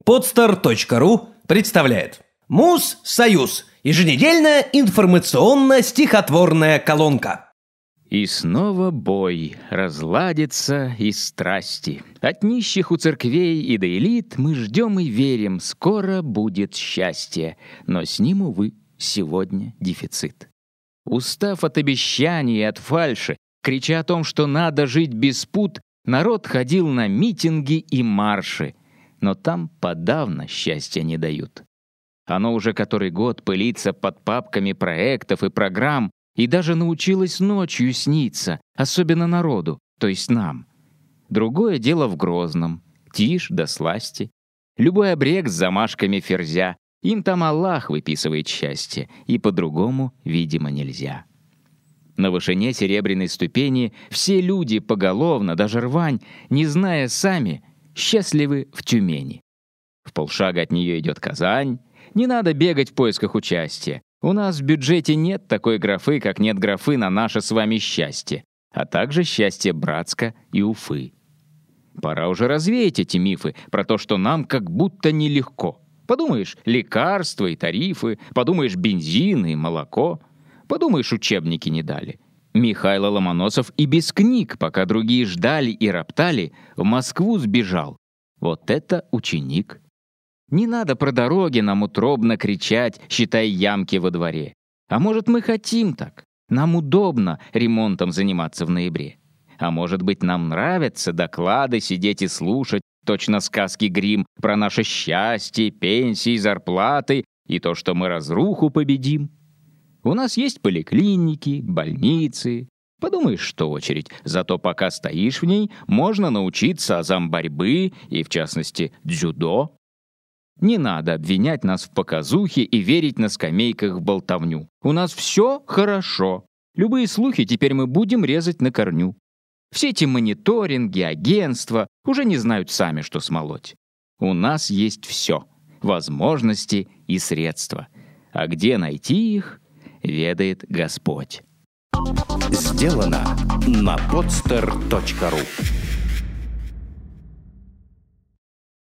Podster.ru представляет Муз-Союз. Еженедельная информационно-стихотворная колонка. И снова бой, разладится и страсти. От нищих у церквей и до элит мы ждем и верим, скоро будет счастье. Но с ним, увы, сегодня дефицит. Устав от обещаний и от фальши, крича о том, что надо жить без пут, народ ходил на митинги и марши. Но там подавно счастья не дают. Оно уже который год пылится под папками проектов и программ, и даже научилось ночью сниться, особенно народу, то есть нам. Другое дело в Грозном. Тишь да сласти. Любой обрег с замашками ферзя. Им там Аллах выписывает счастье, и по-другому, видимо, нельзя. На вышине серебряной ступени все люди поголовно, даже рвань, не зная сами, счастливы в Тюмени. В полшага от нее идет Казань. Не надо бегать в поисках участия. У нас в бюджете нет такой графы, как нет графы на наше с вами счастье, а также счастье Братска и Уфы. Пора уже развеять эти мифы про то, что нам как будто нелегко. Подумаешь, лекарства и тарифы, подумаешь, бензин и молоко, подумаешь, учебники не дали. Михайло Ломоносов и без книг, пока другие ждали и роптали, в Москву сбежал. Вот это ученик. Не надо про дороги нам утробно кричать, считай ямки во дворе. А может, мы хотим так? Нам удобно ремонтом заниматься в ноябре. А может быть, нам нравятся доклады сидеть и слушать, точно сказки Гримм про наше счастье, пенсии, зарплаты и то, что мы разруху победим. У нас есть поликлиники, больницы. Подумаешь, что очередь. Зато пока стоишь в ней, можно научиться азам борьбы и, в частности, дзюдо. Не надо обвинять нас в показухе и верить на скамейках в болтовню. У нас все хорошо. Любые слухи теперь мы будем резать на корню. Все эти мониторинги, агентства уже не знают сами, что смолоть. У нас есть все. Возможности и средства. А где найти их, ведает Господь. Сделано на podster.ru.